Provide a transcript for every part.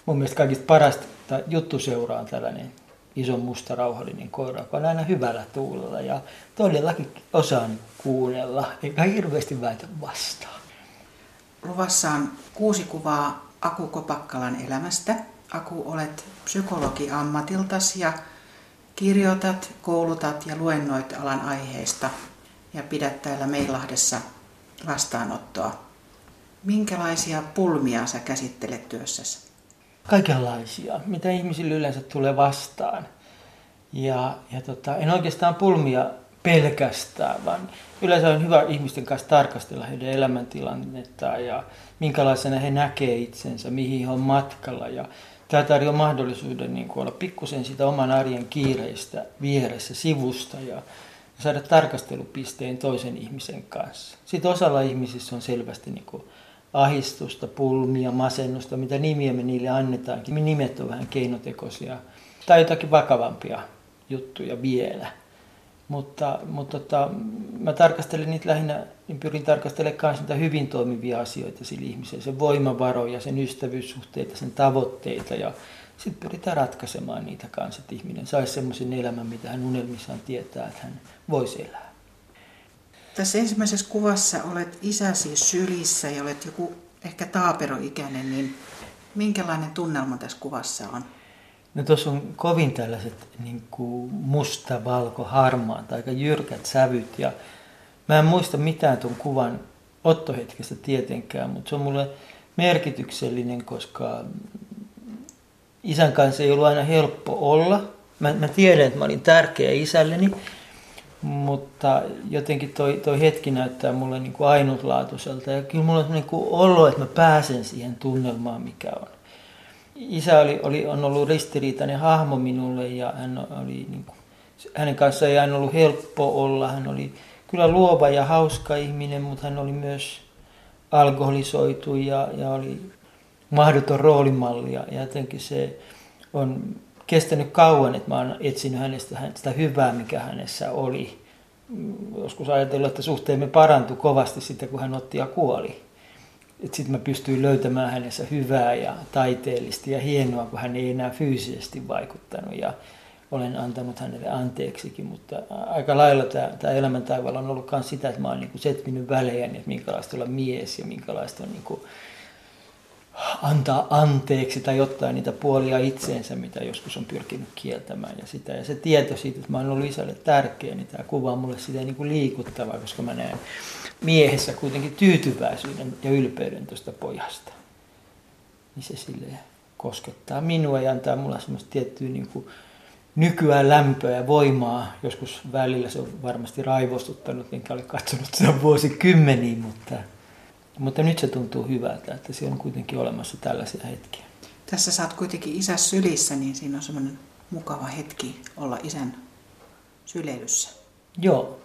mun mielestä kaikista parasta juttuseuraa on tällainen iso musta rauhallinen koira, joka on aina hyvällä tuulella ja todellakin osaan kuunnella, eikä hirveästi väitä vastaan. Luvassa on 6 kuvaa Aku Kopakkalan elämästä. Aku, olet psykologi ammatiltasi ja kirjoitat, koulutat ja luennoit alan aiheista ja pidät täällä Meilahdessa vastaanottoa. Minkälaisia pulmia sä käsittelet työssäsi? Kaikenlaisia, mitä ihmisille yleensä tulee vastaan. En oikeastaan pulmia pelkästään, vaan yleensä on hyvä ihmisten kanssa tarkastella heidän elämäntilannettaan ja minkälaisena he näkee itsensä, mihin he on matkalla. Ja tämä tarjoaa mahdollisuuden olla pikkusen sitä oman arjen kiireistä vieressä sivusta ja saada tarkastelupisteen toisen ihmisen kanssa. Sitten osalla ihmisissä on selvästi ahdistusta, pulmia, masennusta, mitä nimiä me niille annetaankin. Nimet on vähän keinotekoisia tai jotakin vakavampia juttuja vielä. Mutta mä tarkastelen niitä lähinnä, niin pyrin tarkastelemaan myös niitä hyvin toimivia asioita sillä ihmisellä, sen voimavaroja, sen ystävyyssuhteita, sen tavoitteita ja sitten pyritään ratkaisemaan niitä kanssa, että ihminen saisi semmoisen elämän, mitä hän unelmissaan tietää, että hän voisi elää. Tässä ensimmäisessä kuvassa olet isäsi sylissä ja olet joku ehkä taaperoikäinen, niin minkälainen tunnelma tässä kuvassa on? No tuossa on kovin tällaiset musta, valko, harmaat, aika jyrkät sävyt ja mä en muista mitään tuon kuvan ottohetkestä tietenkään, mutta se on mulle merkityksellinen, koska isän kanssa ei ollut aina helppo olla. Mä tiedän, että mä olin tärkeä isälleni, mutta jotenkin toi hetki näyttää mulle ainutlaatuiselta ja kyllä mulla on olo, että mä pääsen siihen tunnelmaan, mikä on. Isä on ollut ristiriitainen hahmo minulle ja hänen kanssaan ei aina ollut helppo olla. Hän oli kyllä luova ja hauska ihminen, mutta hän oli myös alkoholisoitu ja oli mahdoton roolimalli. Ja jotenkin se on kestänyt kauan, että mä oon etsinyt hänestä sitä hyvää, mikä hänessä oli. Joskus ajatellut, että suhteemme parantui kovasti sitten, kun hän otti ja kuoli. Sitten mä pystyin löytämään hänessä hyvää ja taiteellista ja hienoa, kun hän ei enää fyysisesti vaikuttanut. Ja olen antanut hänelle anteeksikin, mutta aika lailla tämä elämäntaivaalla on ollut myös sitä, että mä oon setvinyt välejäni, että minkälaista olla mies ja minkälaista on antaa anteeksi tai ottaa niitä puolia itseensä, mitä joskus on pyrkinyt kieltämään. Ja se tieto siitä, että mä oon ollut isälle tärkeä, niin tämä kuva on mulle sitä liikuttavaa, koska mä näen miehessä kuitenkin tyytyväisyyden ja ylpeyden tuosta pojasta. Niin se silleen koskettaa minua ja antaa mulle semmoista tiettyä nykyään lämpöä ja voimaa. Joskus välillä se on varmasti raivostuttanut, enkä ole katsonut sitä vuosikymmeniä, mutta nyt se tuntuu hyvältä, että siellä on kuitenkin olemassa tällaisia hetkiä. Tässä sä oot kuitenkin isä sylissä, niin siinä on semmoinen mukava hetki olla isän syleilyssä. Joo.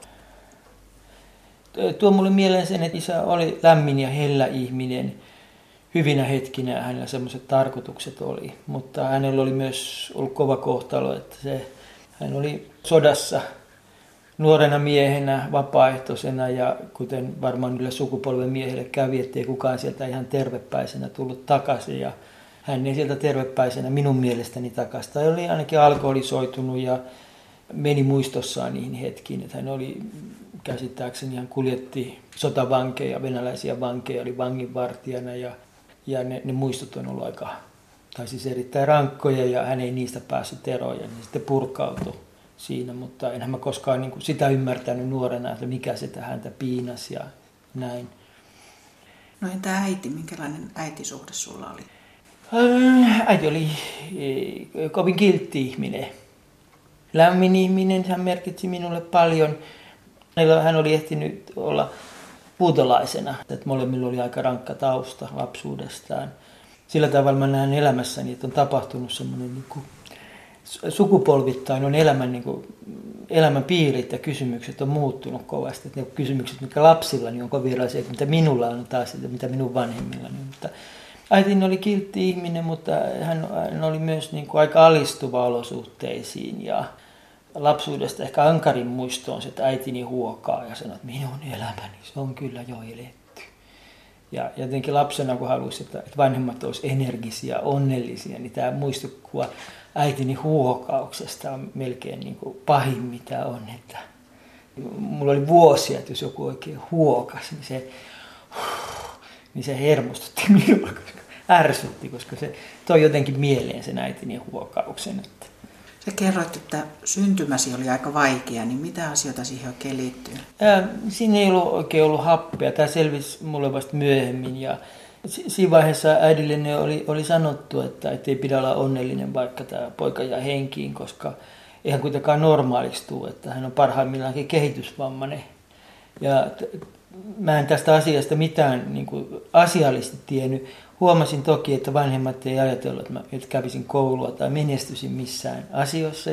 Tuo mulle mieleen sen, että isä oli lämmin ja hellä ihminen. Hyvinä hetkinä hänellä semmoiset tarkoitukset oli, mutta hänellä oli myös ollut kova kohtalo, että hän oli sodassa nuorena miehenä, vapaaehtoisena ja kuten varmaan yllä sukupolven miehelle kävi, ettei kukaan sieltä ihan tervepäisenä tullut takaisin ja hän ei sieltä tervepäisenä minun mielestäni takaisin. Tai oli ainakin alkoholisoitunut ja meni muistossaan niihin hetkiin, että hän oli käsittääkseni, hän kuljetti sotavankeja, venäläisiä vankeja, oli vanginvartijana ja ne muistot on ollut erittäin rankkoja ja hän ei niistä päässyt eroon ja ne sitten purkautui siinä, mutta enhän mä koskaan sitä ymmärtänyt nuorena, että mikä se häntä piinasi ja näin. No entä äiti, minkälainen äitisuhde sulla oli? Äiti oli kovin kiltti ihminen. Lämmin ihminen, hän merkitsi minulle paljon. Hän oli ehtinyt olla puutolaisena, että molemmilla oli aika rankka tausta lapsuudestaan. Sillä tavalla mä näen elämässäni, että on tapahtunut semmoinen sukupolvittain on elämän piirit ja kysymykset on muuttunut kovasti. Että ne kysymykset, mitkä lapsilla niin on kovin erilaisia, mitä minulla on taas, mitä minun vanhemmillani. Mutta äitini oli kiltti ihminen, mutta hän oli myös aika alistuva olosuhteisiin ja lapsuudesta ehkä ankarin muisto on se, että äitini huokaa ja sanoo, että minun elämäni, se on kyllä jo eletty. Ja jotenkin lapsena, kun haluaisi, että vanhemmat olisivat energisiä, onnellisia, niin tämä muistukuva äitini huokauksesta on melkein niin kuin pahin, mitä on. Että mulla oli vuosia, että jos joku oikein huokas, niin se hermostutti minua, koska ärsytti, koska se toi jotenkin mieleen sen äitini huokauksen. Että. Sä kerroit, että syntymäsi oli aika vaikea, niin mitä asioita siihen oikein liittyy? Siinä ei oikein ollut happea. Tämä selvisi mulle vasta myöhemmin. Ja siinä vaiheessa äidille oli sanottu, että ei pidä olla onnellinen, vaikka tämä poika jää henkiin, koska eihän kuitenkaan normaaliksi tule, että hän on parhaimmillaankin kehitysvammainen. Ja mä en tästä asiasta mitään niin kuin asiallisesti tiennyt. Huomasin toki, että vanhemmat ei ajatellut, että kävisin koulua tai menestyisin missään asioissa.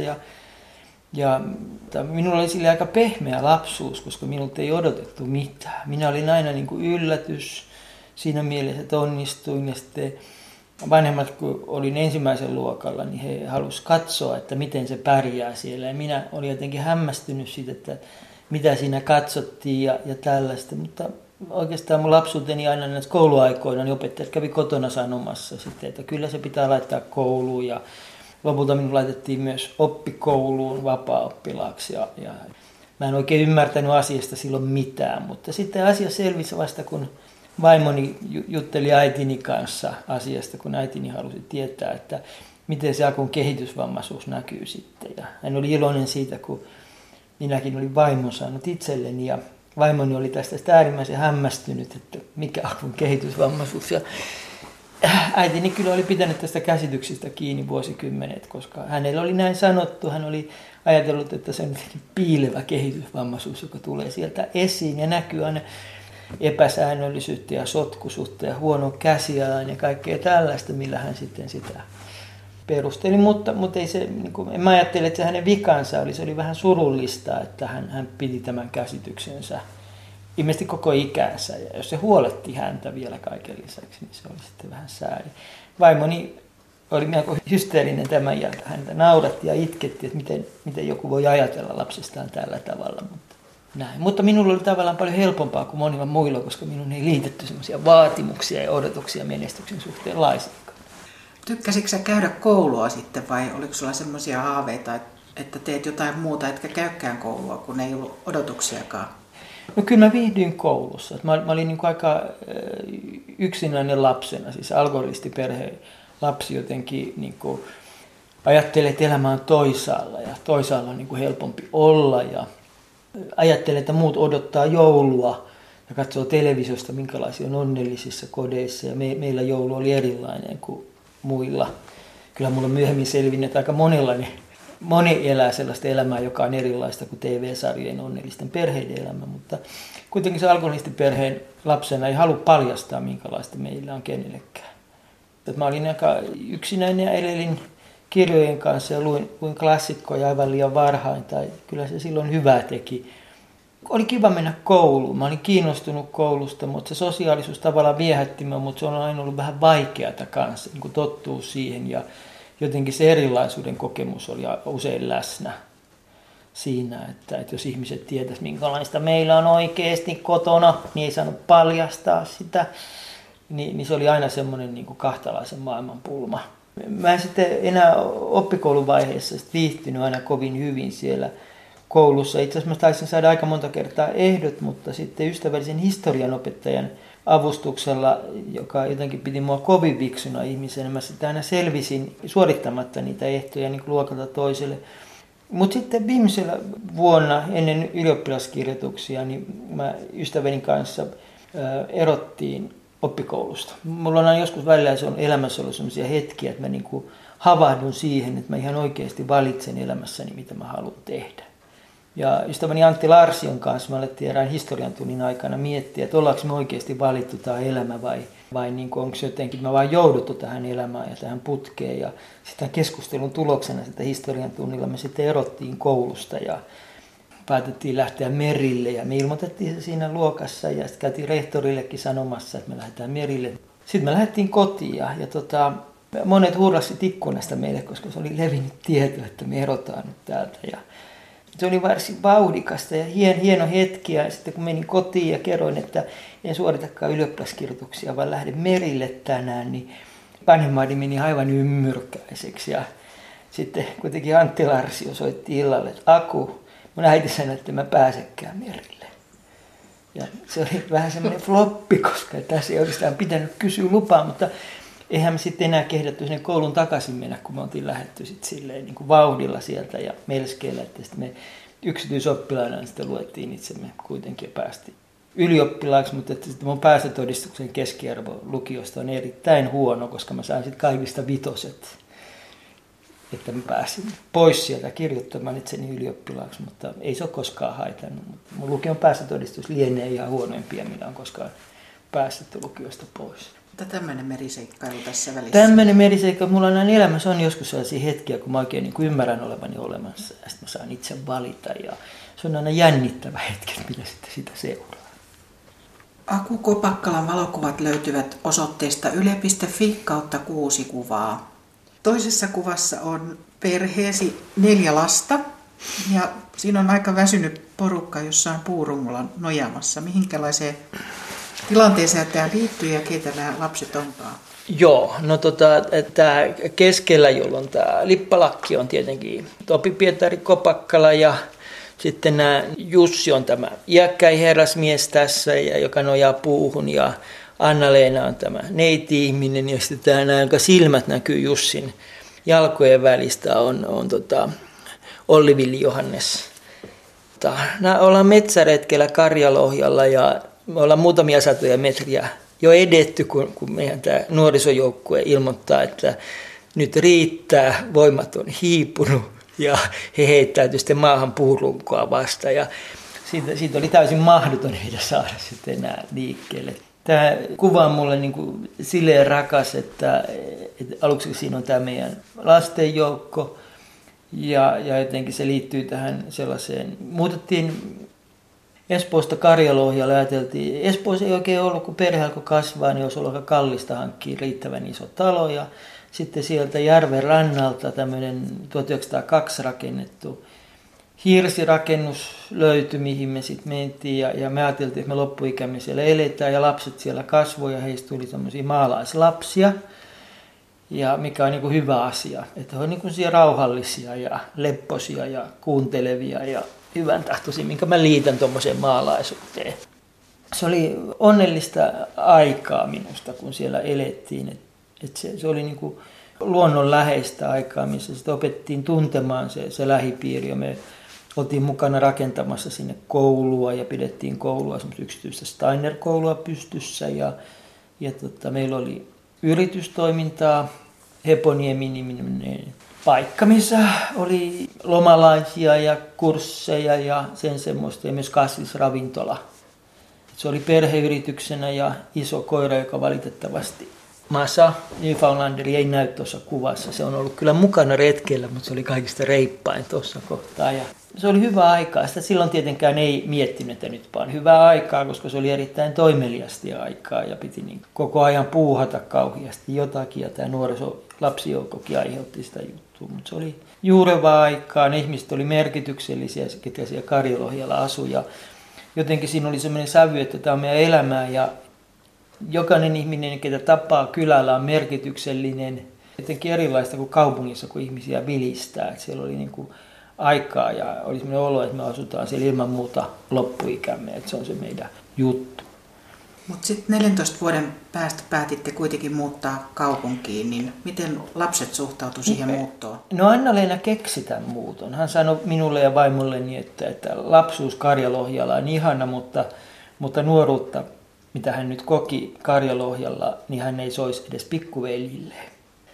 Ja minulla oli sille aika pehmeä lapsuus, koska minulta ei odotettu mitään. Minä olin aina niin kuin yllätys siinä mielessä, että onnistuin. Ja sitten vanhemmat, kun olin ensimmäisen luokalla, niin he halusivat katsoa, että miten se pärjää siellä. Ja minä olin jotenkin hämmästynyt siitä, että mitä siinä katsottiin ja tällaista. Mutta oikeastaan mun lapsuuteni aina näissä kouluaikoina, niin opettajat kävi kotona sanomassa sitten, että kyllä se pitää laittaa kouluun. Ja lopulta minun laitettiin myös oppikouluun vapaa-oppilaaksi. Ja mä en oikein ymmärtänyt asiasta silloin mitään, mutta sitten asia selvisi vasta, kun vaimoni jutteli äitini kanssa asiasta, kun äitini halusi tietää, että miten se Akun kehitysvammaisuus näkyy sitten. Ja hän oli iloinen siitä, kun minäkin olin vaimon saanut itselleni ja vaimoni oli tästä äärimmäisen hämmästynyt, että mikä Akun kehitysvammaisuus. Ja äitini kyllä oli pitänyt tästä käsityksestä kiinni vuosikymmenet, koska hänellä oli näin sanottu. Hän oli ajatellut, että se on piilevä kehitysvammaisuus, joka tulee sieltä esiin ja näkyy aina epäsäännöllisyyttä ja sotkuisuutta ja huono käsialan ja kaikkea tällaista, millä hän sitten sitä perusteli. Mutta ei se, niin kuin, en mä ajattele, että se hänen vikansa oli. Se oli vähän surullista, että hän piti tämän käsityksensä ilmeisesti koko ikänsä. Ja jos se huoletti häntä vielä kaiken lisäksi, niin se oli sitten vähän sääli. Vaimoni oli melko hysteerinen tämän ja häntä nauratti ja itketti, että miten joku voi ajatella lapsestaan tällä tavalla. Mutta minulla oli tavallaan paljon helpompaa kuin monilla muilla, koska minun ei liitetty semmoisia vaatimuksia ja odotuksia menestyksen suhteen laisinkaan. Tykkäsitkö sä käydä koulua sitten vai oliko sulla semmoisia haaveita, että teet jotain muuta, etkä käykään koulua, kun ei ollut odotuksiakaan? No kyllä mä viihdyin koulussa. Mä olin niin kuin aika yksinäinen lapsena, siis alkoholistiperheen lapsi jotenkin niin kuin ajattelee, että elämä on toisaalla ja toisaalla on niin kuin helpompi olla ja ajattelee, että muut odottaa joulua ja katsoo televisiosta, minkälaisia on onnellisissa kodeissa ja meillä joulu oli erilainen kuin muilla. Kyllä mulla myöhemmin selvinnyt, että aika moni elää sellaista elämää, joka on erilaista kuin TV-sarjojen onnellisten perheiden elämä, mutta kuitenkin se alkoholistiperheen lapsena ei halua paljastaa, minkälaista meillä on kenellekään. Mä olin aika yksinäinen ja elelin kirjojen kanssa ja luin klassikkoja aivan liian varhain, tai kyllä se silloin hyvää teki. Oli kiva mennä kouluun. Mä olin kiinnostunut koulusta, mutta se sosiaalisuus tavallaan viehätti minua, mutta se on aina ollut vähän vaikeata kanssa, niin kuin tottuu siihen. Ja jotenkin se erilaisuuden kokemus oli usein läsnä siinä, että jos ihmiset tietäisivät, minkälaista meillä on oikeasti kotona, niin ei saanut paljastaa sitä. Niin se oli aina semmoinen niin kuin kahtalaisen maailman pulma. Mä en sitten enää oppikouluvaiheessa viihtynyt aina kovin hyvin siellä koulussa. Itse asiassa mä taisin saada aika monta kertaa ehdot, mutta sitten ystävällisen historianopettajan avustuksella, joka jotenkin piti mua kovin viksuna ihmisenä, mä sitten aina selvisin suorittamatta niitä ehtoja niin kuin luokalta toiselle. Mutta sitten viimeisellä vuonna ennen ylioppilaskirjoituksia, niin mä ystäväni kanssa erottiin oppikoulusta. Mulla on joskus välillä se on elämässä ollut sellaisia hetkiä, että mä niinku havahdun siihen, että mä ihan oikeasti valitsen elämässäni, mitä mä haluan tehdä. Ja ystäväni Antti Larsion kanssa mä alettiin erään historian tunnin aikana miettiä, että ollaanko me oikeasti valittu tämä elämä vai niinku onko jotenkin me vaan jouduttu tähän elämään ja tähän putkeen. Ja sitten keskustelun tuloksena sitä historian tunnilla me sitten erottiin koulusta ja päätettiin lähteä merille ja me ilmoitettiin se siinä luokassa ja sitten käytiin rehtorillekin sanomassa, että me lähdetään merille. Sitten me lähdettiin kotiin ja monet hurrasivat ikkunasta meille, koska se oli levinnyt tieto, että me erotaan nyt täältä. Ja se oli varsin vauhdikasta ja hieno hetki. Ja sitten kun menin kotiin ja kerroin, että en suoritakaan ylioppilaskirjoituksia, vaan lähden merille tänään, niin vanhemmani meni aivan ymmyrkäiseksi. Ja sitten kuitenkin Antti Larsio soitti illalle, että Aku, mun äiti sanoi, että mä pääsekään merille. Ja se oli vähän semmoinen floppi, koska tässä ei oikeastaan pitänyt kysyä lupaa, mutta eihän me sitten enää kehdattu sinne koulun takaisin mennä, kun me oltiin lähdetty sitten silleen niin kuin vauhdilla sieltä ja melskeillä, että sitten me yksityisoppilaina sitten luettiin itsemme kuitenkin ja päästiin ylioppilaaksi, mutta että sitten mun päästötodistuksen keskiarvo lukiosta on erittäin huono, koska mä sain sitten kaikista vitoset, että mä pääsin pois sieltä kirjoittamaan itseni ylioppilaaksi, mutta ei se ole koskaan haitannut. Mun lukion päästötodistus lienee ihan huonoimpia, mitä on koskaan päästetty lukiosta pois. Mutta tämmöinen meriseikkailu tässä välissä. Tämmöinen meriseikkailu. Mulla on elämässä on joskus sellaisia hetkiä, kun mä oikein niin kuin ymmärrän olevani olemassa. Ja sitten mä saan itse valita. Ja se on aina jännittävä hetki, mitä sitten sitä seuraa. Aku Kopakkalan valokuvat löytyvät osoitteesta yle.fi/6 kuvaa. Toisessa kuvassa on perheesi 4 lasta. Ja siinä on aika väsynyt porukka jossain puurungolla nojaamassa. Mihinkälaiseen tilanteeseen tämä liittyy ja keitä nämä lapset onkaan? Joo, no tämä keskellä, jolloin tämä lippalakki on tietenkin Topi Pietari Kopakkala ja sitten Jussi on tämä iäkkäin herrasmies tässä, joka nojaa puuhun ja Anna-Leena on tämä neiti-ihminen ja sitten nämä, jonka silmät näkyy Jussin jalkojen välistä on Olli-Villi Johannes. Ollaan metsäretkellä Karjalohjalla ja me ollaan muutamia satoja metriä jo edetty, kun meidän tämä nuorisojoukkue ilmoittaa, että nyt riittää, voimat on hiipunut ja he heittäytyi sitten maahan puurunkoa vastaan. Ja siitä oli täysin mahdoton heitä saada sitten enää liikkeelle. Tämä kuva on mulle niin kuin silleen rakas, että aluksi siinä on tämä meidän lastenjoukko ja jotenkin se liittyy tähän sellaiseen. Muutettiin Espoosta Karjalohjalle, ajateltiin, Espoossa ei oikein ollut, kun perhe alkoi kasvaa, niin olisi ollut aika kallista hankkia riittävän iso talo. Ja sitten sieltä järven rannalta tämmöinen 1902 rakennettu hirsirakennus löytyi, mihin me sitten mentiin. Ja me ajateltiin, että me loppuikämme siellä eletään ja lapset siellä kasvoi ja heistä tuli tämmöisiä maalaislapsia. Ja mikä on niin kuin hyvä asia, että he on niin kuin rauhallisia ja lepposia ja kuuntelevia ja hyvän tahtoisin, minkä mä liitän tuommoiseen maalaisuuteen. Se oli onnellista aikaa minusta, kun siellä elettiin. Että se oli niin kuin luonnonläheistä aikaa, missä sitten opettiin tuntemaan se lähipiiri. Ja me oltiin mukana rakentamassa sinne koulua ja pidettiin koulua, semmoista yksityistä Steiner-koulua pystyssä. Ja meillä oli yritystoimintaa, Heponiemi-niminen paikka, missä oli lomalaisia ja kursseja ja sen semmoista ja myös kasvisravintola. Se oli perheyrityksenä ja iso koira, joka valitettavasti Masa, Newfoundlanderi, ei näy tuossa kuvassa. Se on ollut kyllä mukana retkellä, mutta se oli kaikista reippain tuossa kohtaa. Ja se oli hyvä aikaa. Sitä silloin tietenkään ei miettinyt, että nyt vaan hyvää aikaa, koska se oli erittäin toimeliasti aikaa ja piti niin koko ajan puuhata kauheasti jotakin. Ja tämä lapsijoukkokin aiheutti sitä juttua, mutta se oli juurevaa aikaa. Ne ihmiset oli merkityksellisiä, ketkä siellä Karjalohjalla asui. Ja jotenkin siinä oli sellainen sävy, että tämä on meidän elämää ja jokainen ihminen, ketä tapaa kylällä, on merkityksellinen. Jotenkin erilaista kuin kaupungissa, kun ihmisiä vilistää. Että siellä oli niin kuin aikaa ja oli sellainen olo, että me asutaan siellä ilman muuta loppuikämme. Että se on se meidän juttu. Mutta sitten 14 vuoden päästä päätitte kuitenkin muuttaa kaupunkiin, niin miten lapset suhtautuivat siihen muuttoon? No Anna-Leena keksi tämän muuton. Hän sanoi minulle ja vaimolleni, että lapsuus Karjalohjalla on ihana, mutta nuoruutta, mitä hän nyt koki Karjalohjalla, niin hän ei soisi edes pikkuveljilleen.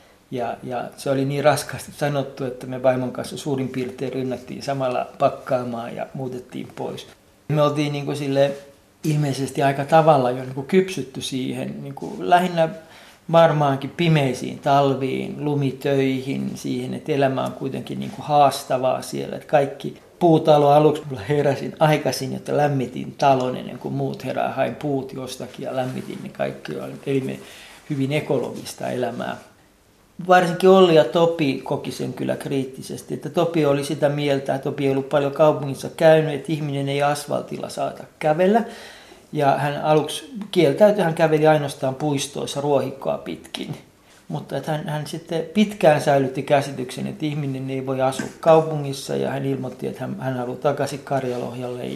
Ja se oli niin raskaasti sanottu, että me vaimon kanssa suurin piirtein rynnättiin samalla pakkaamaan ja muutettiin pois. Me oltiin niin kuin ilmeisesti aika tavalla jo niin kuin kypsytty siihen, niin kuin lähinnä varmaankin pimeisiin talviin, lumitöihin, siihen, että elämä on kuitenkin niin kuin haastavaa siellä. Että kaikki puutalo aluksi mulla heräsin aikaisin, jotta lämmitin talon ennen kuin muut herää, hain puut jostakin ja lämmitin ne kaikki. Elimme hyvin ekologista elämää. varsinkin Olli ja Topi koki sen kyllä kriittisesti, että Topi oli sitä mieltä, että Topi ei ollut paljon kaupungissa käynyt, että ihminen ei asfaltilla saata kävellä. Ja hän aluksi kieltäytyi, hän käveli ainoastaan puistoissa ruohikkoa pitkin. Mutta että hän sitten pitkään säilytti käsityksen, että ihminen ei voi asua kaupungissa ja hän ilmoitti, että hän haluaa takaisin Karjalohjalle.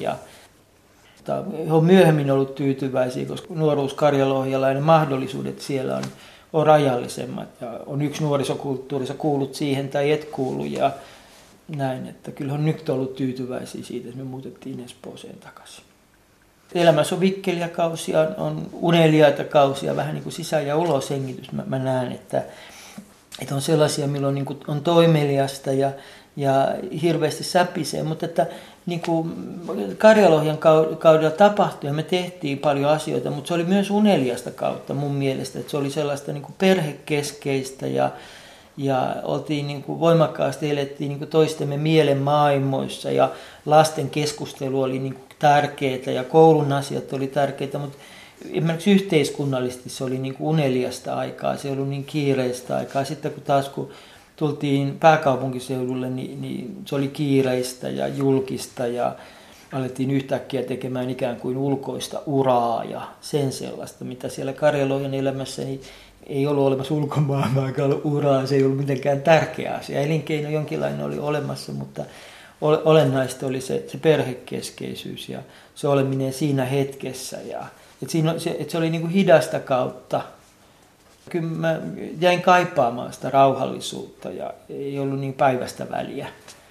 He on myöhemmin ollut tyytyväisiä, koska nuoruus Karjalohjalla ja ne mahdollisuudet siellä on rajallisemmat. Ja on yksi nuorisokulttuurissa kuulut siihen tai et kuulu ja näin. Että kyllä on nyt ollut tyytyväisiä siitä, että me muutettiin Espooseen takaisin. Elämässä on vikkeliäkausia, on uneliaita kausia, vähän niin kuin sisä- ja uloshengitys. Mä näen, että on sellaisia, milloin niin kuin on toimeliasta ja hirveästi säpisee, mutta että niin kuin Karjalohjan kaudella tapahtui ja me tehtiin paljon asioita, mutta se oli myös uneliasta kautta mun mielestä, että se oli sellaista niin kuin perhekeskeistä ja oltiin niin kuin voimakkaasti elettiin niin kuin toistemme mielen maailmoissa ja lasten keskustelu oli niin kuin tärkeitä ja koulun asiat oli tärkeitä, mutta esimerkiksi yhteiskunnallisesti se oli niin kuin uneliasta aikaa, se ei ollut niin kiireistä aikaa. Sitten kun tultiin pääkaupunkiseudulle, niin se oli kiireistä ja julkista ja alettiin yhtäkkiä tekemään ikään kuin ulkoista uraa ja sen sellaista, mitä siellä Karjalohjan elämässä ei ollut olemassa ulkomaailmaa uraa, se ei ollut mitenkään tärkeä asia. Elinkeino jonkinlainen oli olemassa, mutta olennaista oli se perhekeskeisyys ja se oleminen siinä hetkessä. Että se oli niin kuin hidasta kautta. Kyllä mä jäin kaipaamaan sitä rauhallisuutta ja ei ollut niin päivästä väliä.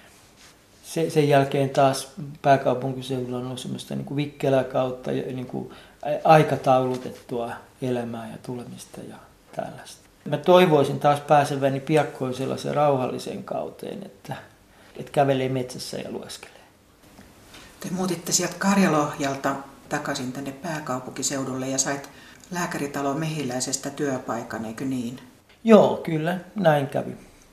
Sen jälkeen taas pääkaupunkiseudulla on ollut semmoista niin kuin vikkelää kautta ja niin kuin aikataulutettua elämää ja tulemista ja tällaista. Mä toivoisin taas pääseväni piakkoin sellaisen rauhalliseen kauteen, että kävelee metsässä ja lueskelee. Te muutitte sieltä Karjalohjalta takaisin tänne pääkaupunkiseudulle ja sait Lääkäritalon Mehiläisestä työpaikan, eikö niin? Joo, kyllä, näin kävi.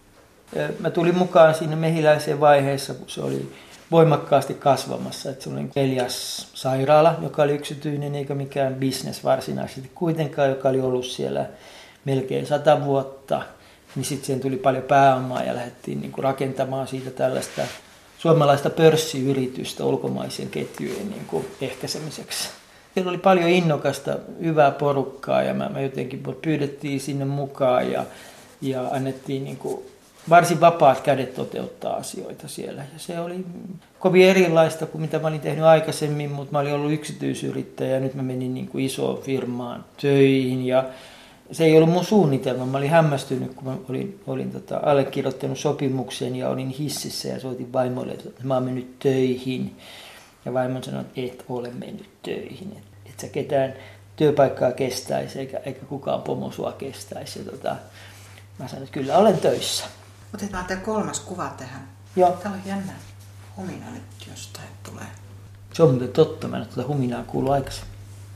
Mä tulin mukaan siinä Mehiläiseen vaiheessa, kun se oli voimakkaasti kasvamassa. Että se oli 4. sairaala, joka oli yksityinen eikä mikään business varsinaisesti kuitenkaan, joka oli ollut siellä melkein 100 vuotta. Niin sitten siihen tuli paljon pääomaa ja lähdettiin niin kuin rakentamaan siitä tällaista suomalaista pörssiyritystä ulkomaisen ketjujen niin kuin ehkäisemiseksi. Siellä oli paljon innokasta, hyvää porukkaa ja mä jotenkin pyydettiin sinne mukaan ja annettiin niin kuin varsin vapaat kädet toteuttaa asioita siellä. Ja se oli kovin erilaista kuin mitä mä olin tehnyt aikaisemmin, mutta mä olin ollut yksityisyrittäjä ja nyt mä menin niin kuin isoon firmaan töihin ja se ei ollut mun suunnitelma. Mä olin hämmästynyt, kun mä olin allekirjoittanut sopimuksen ja olin hississä ja soitin vaimoille, että mä oon mennyt töihin. Ja vaimon sanoi, että et ole mennyt töihin, että sä ketään työpaikkaa kestäisi eikä kukaan pomo sua kestäisi. Mä sanoin, että kyllä olen töissä. Otetaan tämä 3. kuva tähän. Joo. Täällä on jännä humina nyt jostain tulee. Se on muuten totta, mä en ole tuota huminaa kuullut aikaisemmin.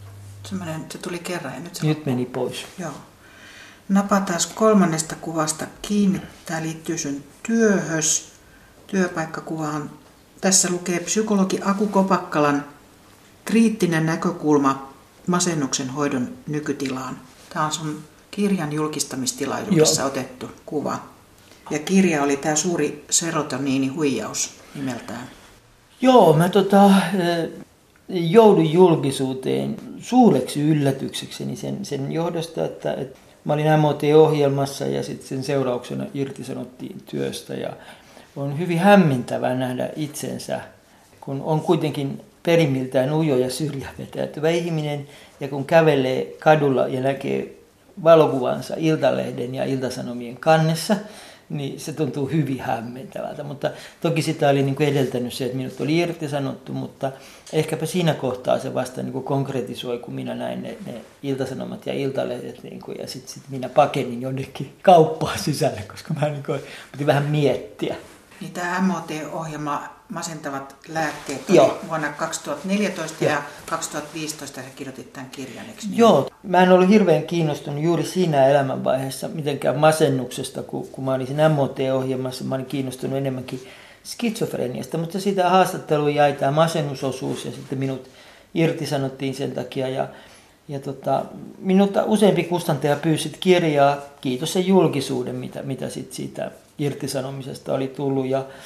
Se tuli kerran ja nyt meni pois. Joo. Napataan 3. kuvasta kiinni. Tämä liittyy sun työhös. Työpaikkakuvaan. Tässä lukee psykologi Aku Kopakkalan kriittinen näkökulma masennuksen hoidon nykytilaan. Tämä on sun kirjan julkistamistilaisuudessa otettu kuva. Ja kirja oli tämä suuri serotoniinihuijaus nimeltään. Joo, mä joudun julkisuuteen suureksi yllätyksekseni sen johdosta, että mä olin MOT-ohjelmassa ja sitten sen seurauksena irtisanottiin työstä ja on hyvin hämmentävää nähdä itsensä, kun on kuitenkin perimiltään ujo ja syrjävetäytyvä ihminen ja kun kävelee kadulla ja näkee valokuvansa Iltalehden ja Iltasanomien kannessa, niin se tuntuu hyvin hämmentävältä. Mutta toki sitä oli niin kuin edeltänyt se, että minut oli irtisanottu, mutta ehkäpä siinä kohtaa se vasta niin kuin konkretisoi, kun minä näin ne Iltasanomat ja Iltalehdet niin kuin, ja sitten minä pakenin jonnekin kauppaan sisälle, koska mä niin kuin, piti vähän miettiä. Niin tämä MOT-ohjelma Masentavat lääkkeet oli vuonna 2014 ja 2015 sä kirjoitit tämän kirjan, eikö niin? Joo, mä en ollut hirveän kiinnostunut juuri siinä elämänvaiheessa mitenkään masennuksesta, kun mä olin siinä MOT-ohjelmassa, mä olin kiinnostunut enemmänkin skitsofreniasta, mutta sitä haastattelua jäi tämä masennusosuus ja sitten minut irtisanottiin sen takia ja minulta useampi kustantaja pyysi kirjaa, kiitos sen julkisuuden, mitä sit siitä irtisanomisesta oli tullut.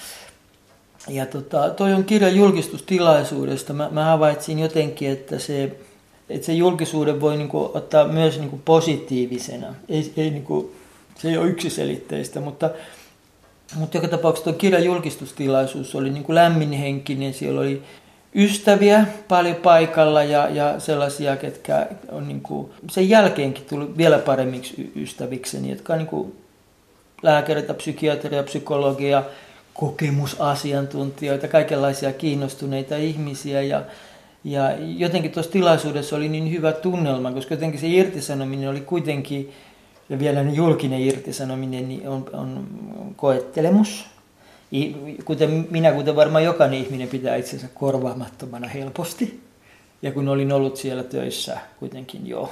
Toi on kirja julkistustilaisuudesta. Mä havaitsin jotenkin, että se julkisuuden voi niinku ottaa myös niinku positiivisena. Ei niinku, se ei ole yksiselitteistä, mutta joka tapauksessa tuo kirjan julkistustilaisuus oli niinku lämminhenkinen. Siellä oli ystäviä paljon paikalla ja sellaisia, ketkä on niinku sen jälkeenkin tullut vielä paremmiksi ystävikseni, jotka on niinku lääkäreitä, psykiatria, psykologia, kokemusasiantuntijoita, kaikenlaisia kiinnostuneita ihmisiä ja jotenkin tuossa tilaisuudessa oli niin hyvä tunnelma, koska jotenkin se irtisanominen oli kuitenkin, ja vielä julkinen irtisanominen niin on koettelemus. Kuten varmaan jokainen ihminen pitää itsensä korvaamattomana helposti. Ja kun olin ollut siellä töissä kuitenkin jo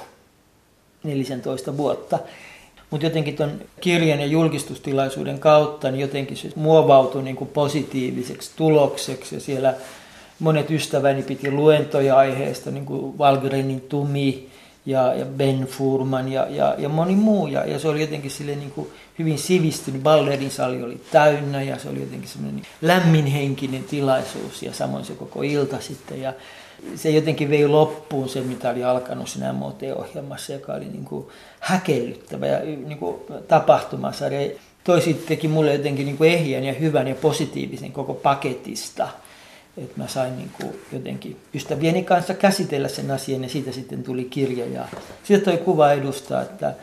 14 vuotta. Mutta jotenkin tuon kirjan ja julkistustilaisuuden kautta niin jotenkin se muovautui niin kuin positiiviseksi tulokseksi. Ja siellä monet ystäväni piti luentoja aiheesta, niin kuin Valgrenin Tumi ja Ben Furman ja moni muu. Ja se oli jotenkin silleen niin kuin hyvin sivistynyt. Ballerin sali oli täynnä ja se oli jotenkin semmoinen lämminhenkinen tilaisuus ja samoin se koko ilta sitten. Ja se jotenkin vei loppuun se, mitä oli alkanut siinä MOT-ohjelmassa, joka oli niin kuin häkellyttävä ja niin kuin tapahtumasarja. Toiset teki mulle jotenkin niin kuin ehjän ja hyvän ja positiivisen koko paketista. Että mä sain niin kuin jotenkin ystävieni kanssa käsitellä sen asian ja siitä sitten tuli kirja. Ja siitä toi kuva edustaa, että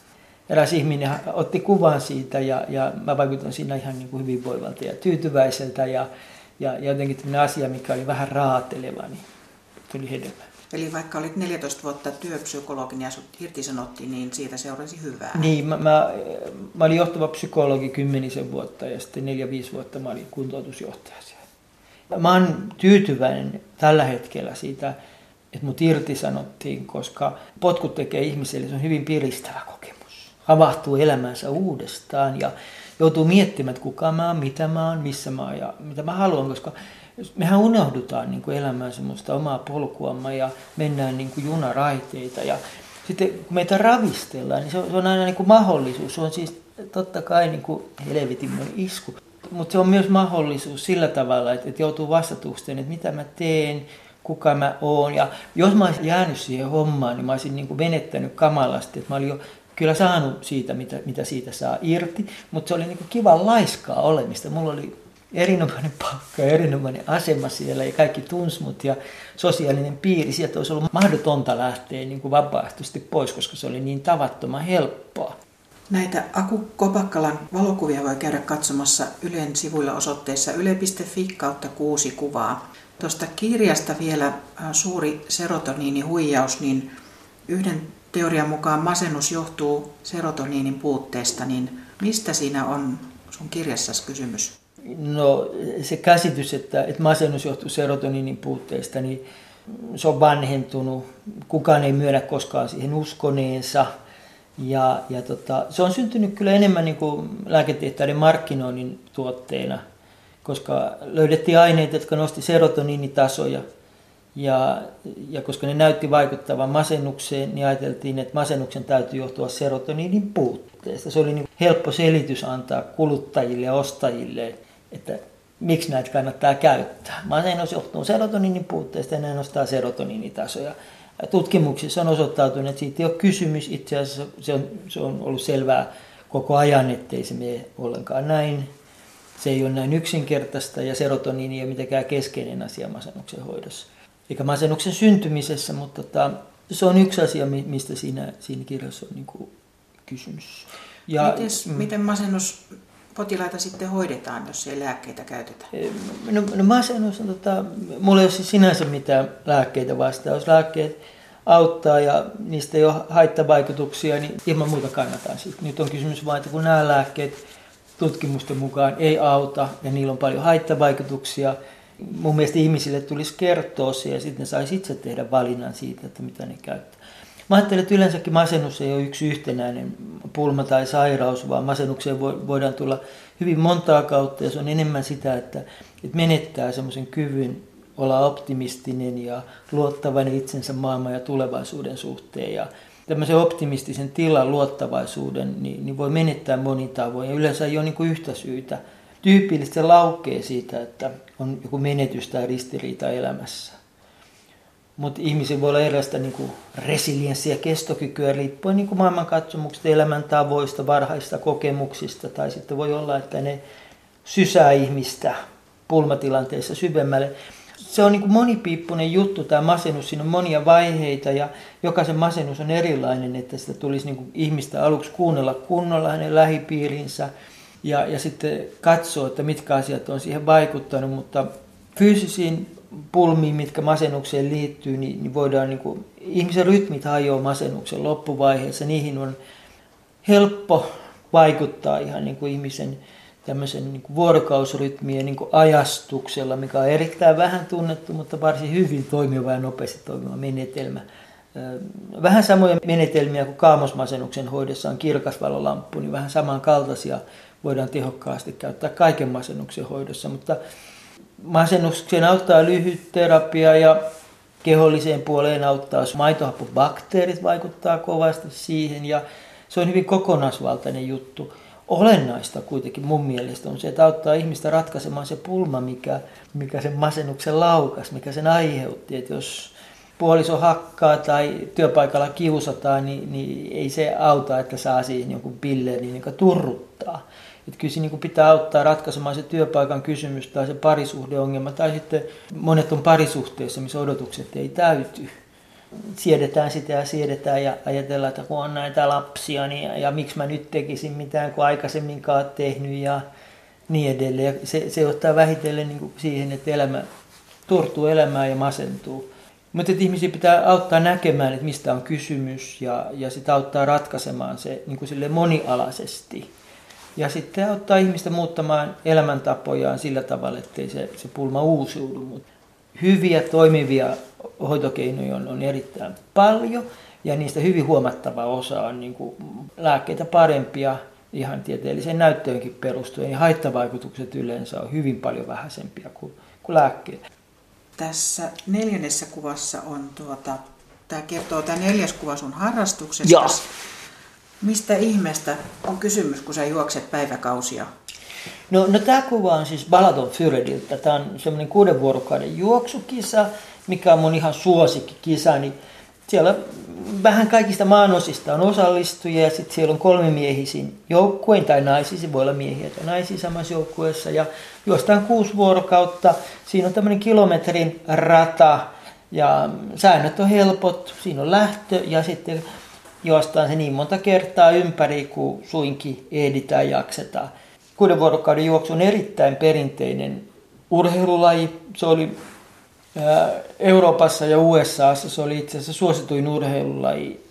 eräs ihminen otti kuvan siitä ja mä vaikutan siinä ihan niin kuin hyvinvoivalta ja tyytyväiseltä ja jotenkin tämmöinen asia, mikä oli vähän raateleva, niin tuli hedelmää. Eli vaikka olit 14 vuotta työpsykologin ja sut irtisanottiin, niin siitä seurasi hyvää. Niin, mä olin johtava psykologi 10 vuotta ja sitten 4-5 vuotta mä olin kuntoutusjohtaja siellä. Mä oon tyytyväinen tällä hetkellä siitä, että mut irtisanottiin, koska potkut tekee ihmiselle, se on hyvin piristävä kokemus. Havahtuu elämänsä uudestaan ja joutuu miettimään, että kuka mä oon, mitä mä oon, missä mä oon ja mitä mä haluan, koska mehän unohdutaan niin kuin elämään semmoista omaa polkuamme ja mennään niin kuin junaraiteita. Ja sitten kun meitä ravistellaan, niin se on aina niin kuin mahdollisuus. Se on siis totta kai niin kuin helvetinmoinen isku. Mutta se on myös mahdollisuus sillä tavalla, että joutuu vastatukseen, että mitä mä teen, kuka mä oon. Ja jos mä olisin jäänyt siihen hommaan, niin mä olisin niin kuin menettänyt kamalasti. Että mä olin jo kyllä saanut siitä, mitä siitä saa irti, mutta se oli niin kuin kivan laiskaa olemista. Mulla oli erinomainen palkka ja erinomainen asema siellä ja kaikki tunsi mut ja sosiaalinen piiri. Sieltä olisi ollut mahdotonta lähteä niin kuin vapaaehtoisesti pois, koska se oli niin tavattoman helppoa. Näitä Aku Kopakkalan valokuvia voi käydä katsomassa Ylen sivuilla osoitteessa yle.fi/6 kuvaa. Tuosta kirjasta vielä suuri serotoniinihuijaus, niin yhden teorian mukaan masennus johtuu serotoniinin puutteesta, niin mistä siinä on sun kirjassasi kysymys? No se käsitys, että masennus johtuu serotoniinin puutteesta, niin se on vanhentunut. Kukaan ei myönnä koskaan siihen uskoneensa. Se on syntynyt kyllä enemmän niin kuin lääketehtaiden markkinoinnin tuotteena, koska löydettiin aineita, jotka nosti serotoniinitasoja. Ja koska ne näytti vaikuttavan masennukseen, niin ajateltiin, että masennuksen täytyy johtua serotoniinin puutteesta. Se oli niin helppo selitys antaa kuluttajille ja ostajille, että miksi näitä kannattaa käyttää. Masennus johtuu serotoniinin puutteesta ja ne nostaa serotoniinitasoja. Tutkimuksissa on osoittautunut, että siitä ei ole kysymys. Itse asiassa se on ollut selvää koko ajan, ettei se mene ollenkaan näin. Se ei ole näin yksinkertaista ja serotoniini ei ole mitenkään keskeinen asia masennuksen hoidossa. Eikä masennuksen syntymisessä, mutta se on yksi asia, mistä siinä kirjassa on niin kuin kysymys. Miten masennuspotilaita sitten hoidetaan, jos ei lääkkeitä käytetä? No masennus on, mulla ei ole siis sinänsä mitään lääkkeitä vastaan. Jos lääkkeet auttaa ja niistä ei ole haittavaikutuksia, niin ilman muuta kannattaa. Nyt on kysymys vain, että kun nämä lääkkeet tutkimusten mukaan ei auta ja niillä on paljon haittavaikutuksia, mun mielestä ihmisille tulisi kertoa se ja sitten saisi itse tehdä valinnan siitä, että mitä ne käyttää. Mä ajattelen, että yleensäkin masennus ei ole yksi yhtenäinen pulma tai sairaus, vaan masennukseen voidaan tulla hyvin montaa kautta ja se on enemmän sitä, että menettää semmoisen kyvyn olla optimistinen ja luottavainen itsensä maailman ja tulevaisuuden suhteen. Ja tämmöisen optimistisen tilan luottavaisuuden niin voi menettää monin tavoin ja yleensä ei ole niin kuin yhtä syytä. Tyypillisesti se laukkee siitä, että on joku menetys tai ristiriita elämässä. Mutta ihmisillä voi olla erilaista niin kuin resilienssiä ja kestokykyä riippuen niin kuin maailmankatsomuksista, elämäntavoista, varhaisista kokemuksista. Tai sitten voi olla, että ne sysää ihmistä pulmatilanteissa syvemmälle. Se on niin kuin monipiippunen juttu tämä masennus. Siinä on monia vaiheita ja jokaisen masennus on erilainen, että sitä tulisi niin kuin ihmistä aluksi kuunnella kunnolla hänen lähipiirinsä ja sitten katsoa, että mitkä asiat on siihen vaikuttanut. Mutta fyysisiin pulmiin, mitkä masennukseen liittyy, niin voidaan, niin kuin, ihmisen rytmit hajoaa masennuksen loppuvaiheessa. Niihin on helppo vaikuttaa ihan niin kuin ihmisen tämmöisen niin kuin vuorokausirytmien niin kuin ajastuksella, mikä on erittäin vähän tunnettu, mutta varsin hyvin toimiva ja nopeasti toimiva menetelmä. Vähän samoja menetelmiä kuin kaamosmasennuksen hoidossa on kirkasvalolamppu, niin vähän samankaltaisia voidaan tehokkaasti käyttää kaiken masennuksen hoidossa, mutta masennukseen auttaa lyhyt terapia ja keholliseen puoleen auttaa maitohappobakteerit, vaikuttaa kovasti siihen ja se on hyvin kokonaisvaltainen juttu. Olennaista kuitenkin mun mielestä on se, että auttaa ihmistä ratkaisemaan se pulma, mikä sen masennuksen laukas, mikä sen aiheutti. Että jos puoliso hakkaa tai työpaikalla kiusataan, niin ei se auta, että saa siihen jonkun pillerin, joka turruttaa. Että kyllä siinä pitää auttaa ratkaisemaan se työpaikan kysymys tai se parisuhdeongelma. Tai sitten monet on parisuhteissa, missä odotukset ei täyty. Siedetään ja ajatellaan, että kun on näitä lapsia, niin, ja miksi mä nyt tekisin mitään, kun aikaisemminkaan olet tehnyt ja niin edelleen. Ja se johtaa vähitellen niin kuin siihen, että elämä turtuu elämään ja masentuu. Mutta ihmisiä pitää auttaa näkemään, että mistä on kysymys ja sitä auttaa ratkaisemaan se niin kuin silleen monialaisesti. Ja sitten auttaa ihmistä muuttamaan elämäntapojaan sillä tavalla, ettei se pulma uusiudu. Mut hyviä toimivia hoitokeinoja on erittäin paljon ja niistä hyvin huomattava osa on niin kuin lääkkeitä parempia ihan tieteelliseen näyttöönkin perustuen. Ja haittavaikutukset yleensä on hyvin paljon vähäisempiä kuin lääkkeet. Tässä 4. kuvassa on tämä kertoo tämä 4. kuva sun harrastuksesta. Joo. Mistä ihmeestä on kysymys, kun sä juokset päiväkausia? No tämä kuva on siis Balaton Fyrediltä. Tämä on semmoinen 6 vuorokauden juoksukisa, mikä on mun ihan suosikkikisa. Niin siellä vähän kaikista maanosista on osallistujia ja sitten siellä on 3-miehisin joukkueen tai naisisi, voi olla miehiä tai naisia samassa joukkueessa. Ja juostaan 6 vuorokautta. Siinä on tämmöinen kilometrin rata ja säännöt on helpot. Siinä on lähtö ja sitten juostaan se niin monta kertaa ympäri, kun suinkin ehditään jaksetaan. 6 vuorokauden juoksu on erittäin perinteinen urheilulaji. Se oli Euroopassa ja USAssa se oli itse asiassa suosituin urheilulaji.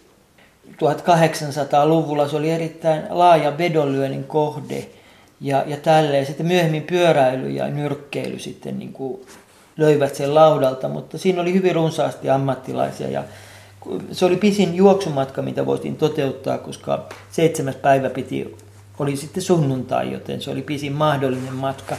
1800-luvulla se oli erittäin laaja vedonlyönnin kohde ja tälleen. Sitten myöhemmin pyöräily ja nyrkkeily sitten niin kuin löivät sen laudalta, mutta siinä oli hyvin runsaasti ammattilaisia ja se oli pisin juoksumatka, mitä voitiin toteuttaa, koska 7. päivä oli sitten joten se oli pisin mahdollinen matka.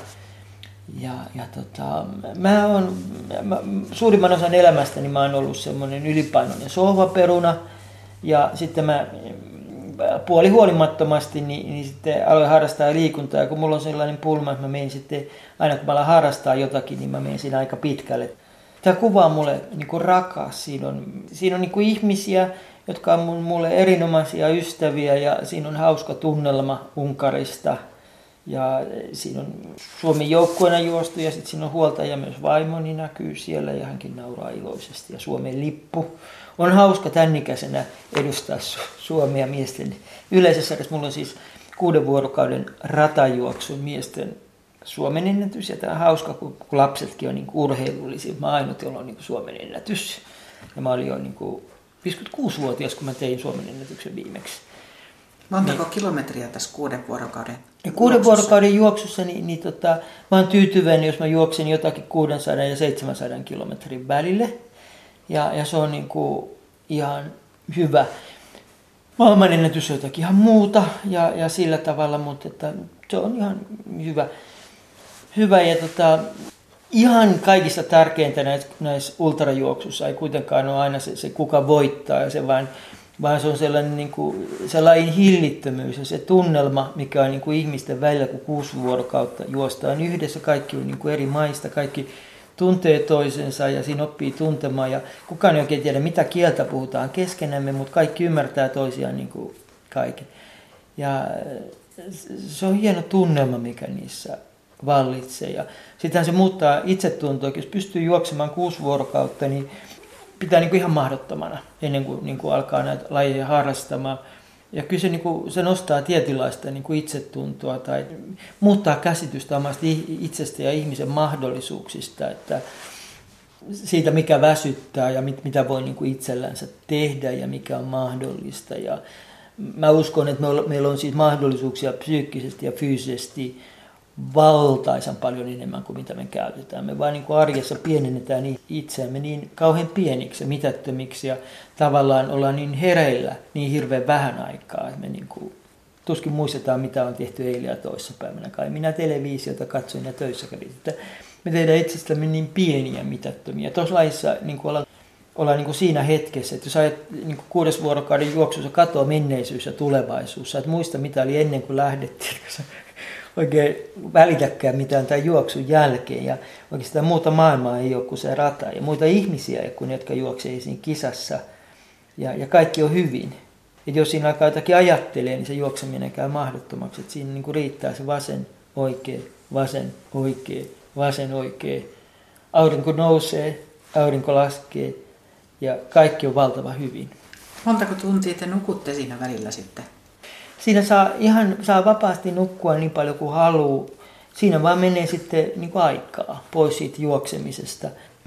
Suurimman osan elämästäni mä oon ollut semmoinen ylipainoinen sohvaperuna ja sitten mä puolihuolimattomasti niin sitten aloin harrastaa liikuntaa ja kun mulla on sellainen pulma, että mä menen sitten, aina kun mä alan harrastaa jotakin, niin mä menen siinä aika pitkälle. Tämä kuva on mulle niin kuin rakas. Siinä on niin kuin ihmisiä, jotka on mulle erinomaisia ystäviä ja siinä on hauska tunnelma Unkarista. Ja siinä on Suomen joukkueena juostu ja sitten siinä on huoltaja myös vaimoni näkyy siellä ja hänkin nauraa iloisesti. Ja Suomen lippu on hauska tämän ikäisenä edustaa Suomea miesten yleisessä sarjassa. Mulla on siis 6 vuorokauden ratajuoksun miesten Suomen ennätys ja tämä on hauska, kun lapsetkin on niin urheilullisia. Mä ainut, jolla on niin Suomen ennätys. Ja mä olin jo niin 56-vuotias, kun mä tein Suomen ennätyksen viimeksi. Montako kilometriä tässä 6 vuorokauden juoksussa? 6 vuorokauden juoksussa, mä oon tyytyväinen, jos mä juoksen jotakin 600 ja 700 kilometrin välille. Ja se on niin kuin ihan hyvä. Maailman ennätys on jotakin ihan muuta ja sillä tavalla, mutta että se on ihan hyvä. Ja ihan kaikista tärkeintä näissä ultrajuoksussa ei kuitenkaan ole aina se kuka voittaa, ja se vaan se on sellainen, niin kuin, sellainen hillittömyys ja se tunnelma, mikä on niin kuin ihmisten välillä, kun 6 vuorokautta juostaan yhdessä, kaikki on niin kuin eri maista, kaikki tuntee toisensa ja siinä oppii tuntemaan ja kukaan ei oikein tiedä, mitä kieltä puhutaan keskenämme, mutta kaikki ymmärtää toisiaan niin kuin kaikki. Ja se on hieno tunnelma, mikä niissä vallitsee. Ja sittenhän se muuttaa itsetuntoa. Jos pystyy juoksemaan 6 vuorokautta, niin pitää niin kuin ihan mahdottomana ennen kuin, niin kuin alkaa näitä lajeja harrastamaan. Ja kyllä se, niin kuin, se nostaa tietynlaista niin kuin itsetuntoa tai muuttaa käsitystä omasta itsestä ja ihmisen mahdollisuuksista, että siitä mikä väsyttää ja mitä voi niin kuin itsellänsä tehdä ja mikä on mahdollista. Ja mä uskon, että meillä on siis mahdollisuuksia psyykkisesti ja fyysisesti valtaisan paljon enemmän kuin mitä me käytetään. Me vaan niin kuin arjessa pienennetään itseämme niin kauhean pieniksi ja mitättömiksi ja tavallaan ollaan niin hereillä niin hirveän vähän aikaa, että me niin kuin tuskin muistetaan, mitä on tehty eilen ja toissapäivänä. Kai minä televisiota katsoin ja töissä kävin. Me tehdään itsestämme niin pieniä ja mitättömiä. Tuossa laissa niin kuin ollaan niin kuin siinä hetkessä, että jos ajat niin kuin 6 vuorokauden juoksussa katoaa menneisyys ja tulevaisuus, sä et muista mitä oli ennen kuin lähdettiin, oikein välitäkään mitään tämän juoksun jälkeen. Ja oikeastaan muuta maailmaa ei ole kuin se rata ja muita ihmisiä ei ole kuin ne, jotka juoksee siinä kisassa. Ja kaikki on hyvin. Et jos siinä alkaa jotakin ajattelee, niin se juokseminen käy mahdottomaksi. Et siinä niin kuin riittää se vasen, oikea, vasen, oikea, vasen, oikea. Aurinko nousee, aurinko laskee ja kaikki on valtava hyvin. Montako tuntia te nukutte siinä välillä sitten? Siinä saa vapaasti nukkua niin paljon kuin haluaa. Siinä vaan menee sitten niin kuin aikaa pois siitä juoksemisesta.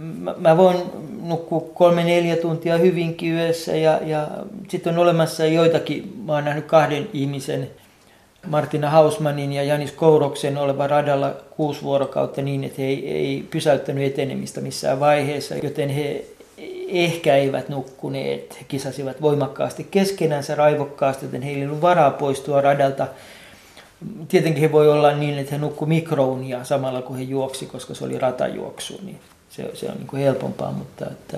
Mä voin nukkua 3-4 tuntia hyvinkin yössä ja sitten on olemassa joitakin, mä oon nähnyt 2 ihmisen, Martina Hausmanin ja Janis Kouroksen olevan radalla 6 vuorokautta niin, että he ei pysäyttänyt etenemistä missään vaiheessa, joten he ehkä eivät nukkuneet. He kisasivat voimakkaasti keskenänsä raivokkaasti, joten heillä ei ollut varaa poistua radalta. Tietenkin he voi olla niin, että he nukkuivat mikrounia samalla kun he juoksi, koska se oli ratajuoksu. Niin se on niin kuin helpompaa. Mutta että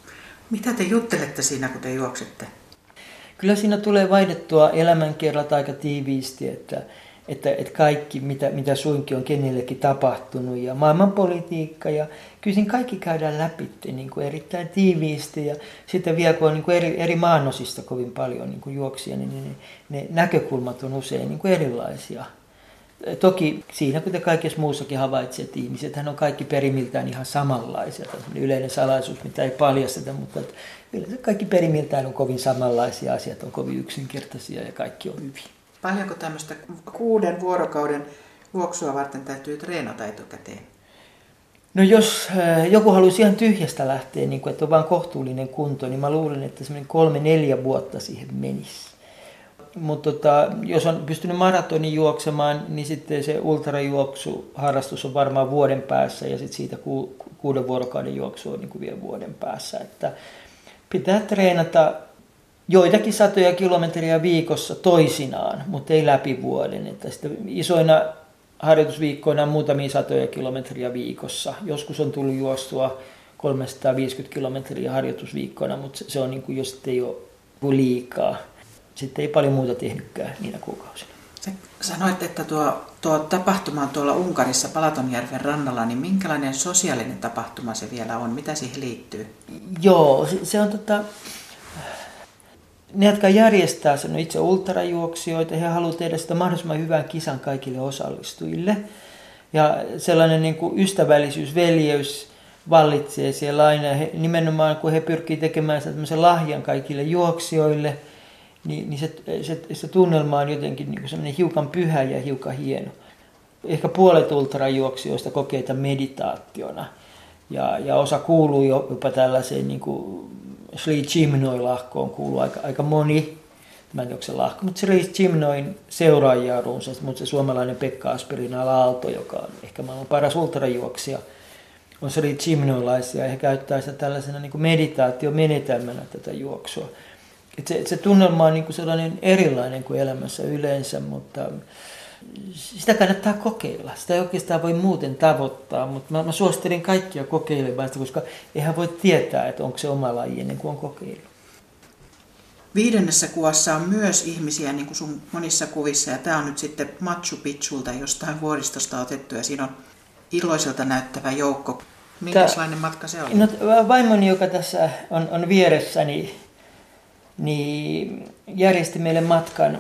mitä te juttelette siinä, kun te juoksette? Kyllä siinä tulee vaihdettua elämänkerrat aika tiiviisti, että kaikki, mitä suinkin on kenellekin tapahtunut ja maailmanpolitiikka ja kyllä siinä kaikki käydään läpi niin kuin erittäin tiiviisti ja sitten vielä kun on niin kuin eri maanosista kovin paljon niin kuin juoksia, niin ne näkökulmat on usein niin kuin erilaisia. Toki siinä, kuten kaikessa muussakin havaitsee, että ihmisethän on kaikki perimiltään ihan samanlaisia. Tämä on yleinen salaisuus, mitä ei paljasteta, mutta yleensä kaikki perimiltään on kovin samanlaisia, asiat on kovin yksinkertaisia ja kaikki on hyvin. Paljonko tämmöistä 6 vuorokauden juoksua varten täytyy treenata etukäteen? No jos joku haluaisi ihan tyhjästä lähteä, niin kuin, että on vain kohtuullinen kunto, niin mä luulen, että semmoinen 3-4 vuotta siihen menisi. Mutta jos on pystynyt maratonin juoksemaan, niin sitten se ultrajuoksuharrastus on varmaan vuoden päässä ja sitten siitä 6 vuorokauden juoksu on niin kuin vielä vuoden päässä. Että pitää treenata joitakin satoja kilometriä viikossa toisinaan, mutta ei läpi vuoden. Että sitten isoina harjoitusviikkoina muutamia satoja kilometriä viikossa. Joskus on tullut juostua 350 kilometriä harjoitusviikkoina, mutta se on niin kuin, jos ei ole liikaa. Sitten ei paljon muuta tehnytkään niinä kuukausina. Sanoitte, että tuo tapahtuma on tuolla Unkarissa Balatonjärven rannalla, niin minkälainen sosiaalinen tapahtuma se vielä on? Mitä siihen liittyy? Joo, se on ne, jotka järjestää sen, on itse ultrajuoksijoita, he haluavat tehdä sitä mahdollisimman hyvän kisan kaikille osallistujille. Ja sellainen niin kuin ystävällisyys, veljeys vallitsee siellä aina. Nimenomaan kun he pyrkivät tekemään tämmöisen lahjan kaikille juoksijoille, niin se tunnelma on jotenkin niin kuin sellainen hiukan pyhä ja hiukan hieno. Ehkä puolet ultrajuoksijoista kokee tämän meditaationa. Ja osa kuuluu jopa tällaiseen niin kuin Sri Chinmoy-lahkoon kuuluu aika moni, mä en tiedä, onko se lahko, mutta Sri Chinmoyn seuraajia on runsaasti, mutta se suomalainen Pekka Asperinala-Aalto, joka on ehkä maailman paras ultrajuoksija, on Sri Chinmoylaisia ja he käyttää sitä tällaisena niin kuin meditaatiomenetelmänä tätä juoksua. Se tunnelma on niin kuin sellainen erilainen kuin elämässä yleensä, mutta sitä kannattaa kokeilla. Sitä ei oikeastaan voi muuten tavoittaa, mutta mä suosittelen kaikkia kokeilemaan sitä, koska eihän voi tietää, että onko se oma laji ennen kuin on kokeillut. 5. kuvassa on myös ihmisiä, niin kuin sun monissa kuvissa, ja tämä on nyt sitten Machu Picchulta jostain vuoristosta otettu, ja siinä on iloiselta näyttävä joukko. Minkälainen matka se oli? No, vaimoni, joka tässä on vieressäni, niin järjesti meille matkan.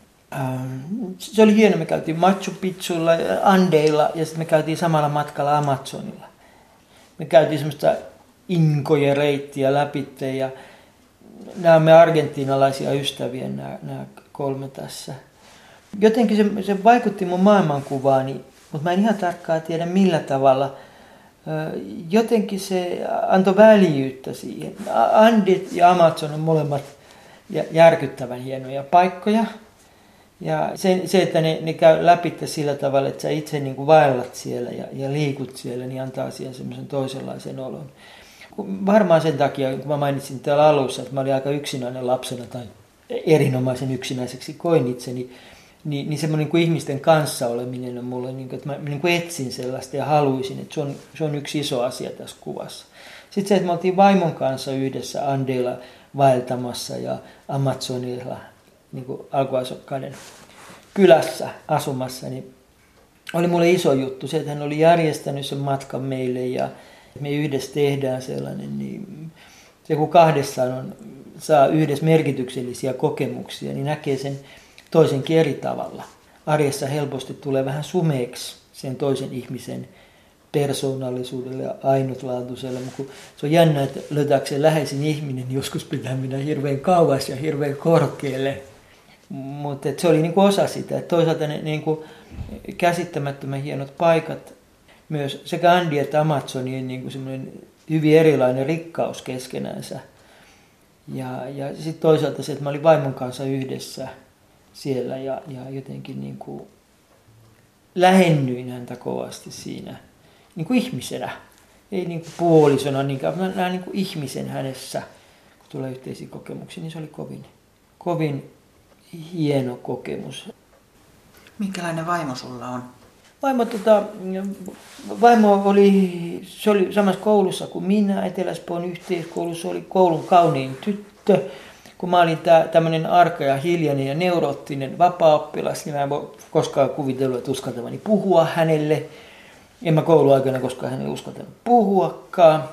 Se oli hieno, me käytiin Machu Picchulla, Andeilla, ja sitten me käytiin samalla matkalla Amazonilla. Me käytiin semmoista inkojen reittiä läpitte, ja nämä on me argentiinalaisia ystäviä, nämä 3 tässä. Jotenkin se vaikutti mun maailmankuvaani, mutta mä en ihan tarkkaan tiedä millä tavalla. Jotenkin se antoi väljyyttä siihen. Andit ja Amazon on molemmat järkyttävän hienoja paikkoja. Ja se että ne käy läpi sillä tavalla, että sä itse niin kuin vaellat siellä ja liikut siellä, niin antaa siihen semmoisen toisenlaisen olon. Varmaan sen takia, kun mä mainitsin täällä alussa, että mä olin aika yksinäinen lapsena tai erinomaisen yksinäiseksi koin itseni, niin semmoinen niin kuin ihmisten kanssa oleminen on mulle, niin kuin, että mä niin kuin etsin sellaista ja haluaisin, että se on yksi iso asia tässä kuvassa. Sitten se, että me oltiin vaimon kanssa yhdessä Andeilla vaeltamassa ja Amazonilla niin kuin alkuasukkaiden kylässä asumassa, niin oli mulle iso juttu se, että hän oli järjestänyt sen matkan meille ja me yhdessä tehdään sellainen, niin se kun kahdessaan saa yhdessä merkityksellisiä kokemuksia, niin näkee sen toisenkin eri tavalla. Arjessa helposti tulee vähän sumeeksi sen toisen ihmisen persoonallisuudelle ja ainutlaatuiselle, mutta se on jännä, että löytääkseen läheisin ihminen, niin joskus pitää mennä hirveän kauas ja hirveän korkealle. Mutta se oli niinku osa sitä, että toisaalta ne niinku käsittämättömän hienot paikat, myös sekä Andi että Amazonien niinku semmoinen hyvin erilainen rikkaus keskenänsä. Ja sitten toisaalta se, että mä olin vaimon kanssa yhdessä siellä ja jotenkin niinku lähennyin häntä kovasti siinä niinku ihmisenä. Ei niinku puolisona, niinkään, vaan niinku ihmisen hänessä, kun tulee yhteisiä kokemuksia, niin se oli kovin hieno kokemus. Minkälainen vaimo sulla on? Vaimo oli samassa koulussa kuin minä, Etelä-Espoon yhteiskoulussa, oli koulun kaunein tyttö. Kun mä olin tämmöinen arka ja hiljainen ja neuroottinen vapaa-oppilas, niin mä en voi koskaan kuvitellut, että uskaltavani puhua hänelle. En mä kouluaikana koskaan hänelle uskaltanut puhuakaan.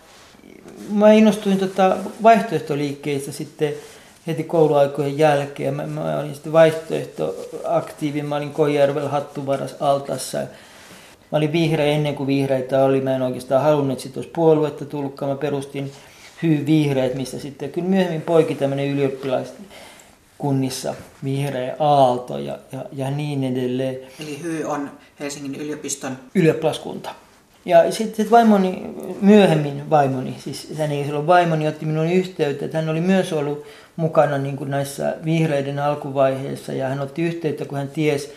Mä innostuin vaihtoehtoliikkeistä sitten heti kouluaikojen jälkeen. Mä olin sitten vaihtoehtoaktiivi. Mä olin Koijärvellä Hattuvaras Altassa. Mä olin vihreä ennen kuin vihreitä oli. Mä en oikeastaan halunnut, että sit olisi puoluetta tullutkaan. Mä perustin Vihreät, mistä sitten kyllä myöhemmin poiki tämmöinen ylioppilaskunnissa Vihreä Aalto ja niin edelleen. Eli Hy on Helsingin yliopiston ylioppilaskunta. Ja sitten myöhemmin vaimoni, siis hän ei silloin vaimoni, otti minun yhteyttä, että hän oli myös ollut mukana niin kuin näissä vihreiden alkuvaiheissa ja hän otti yhteyttä, kun hän tiesi.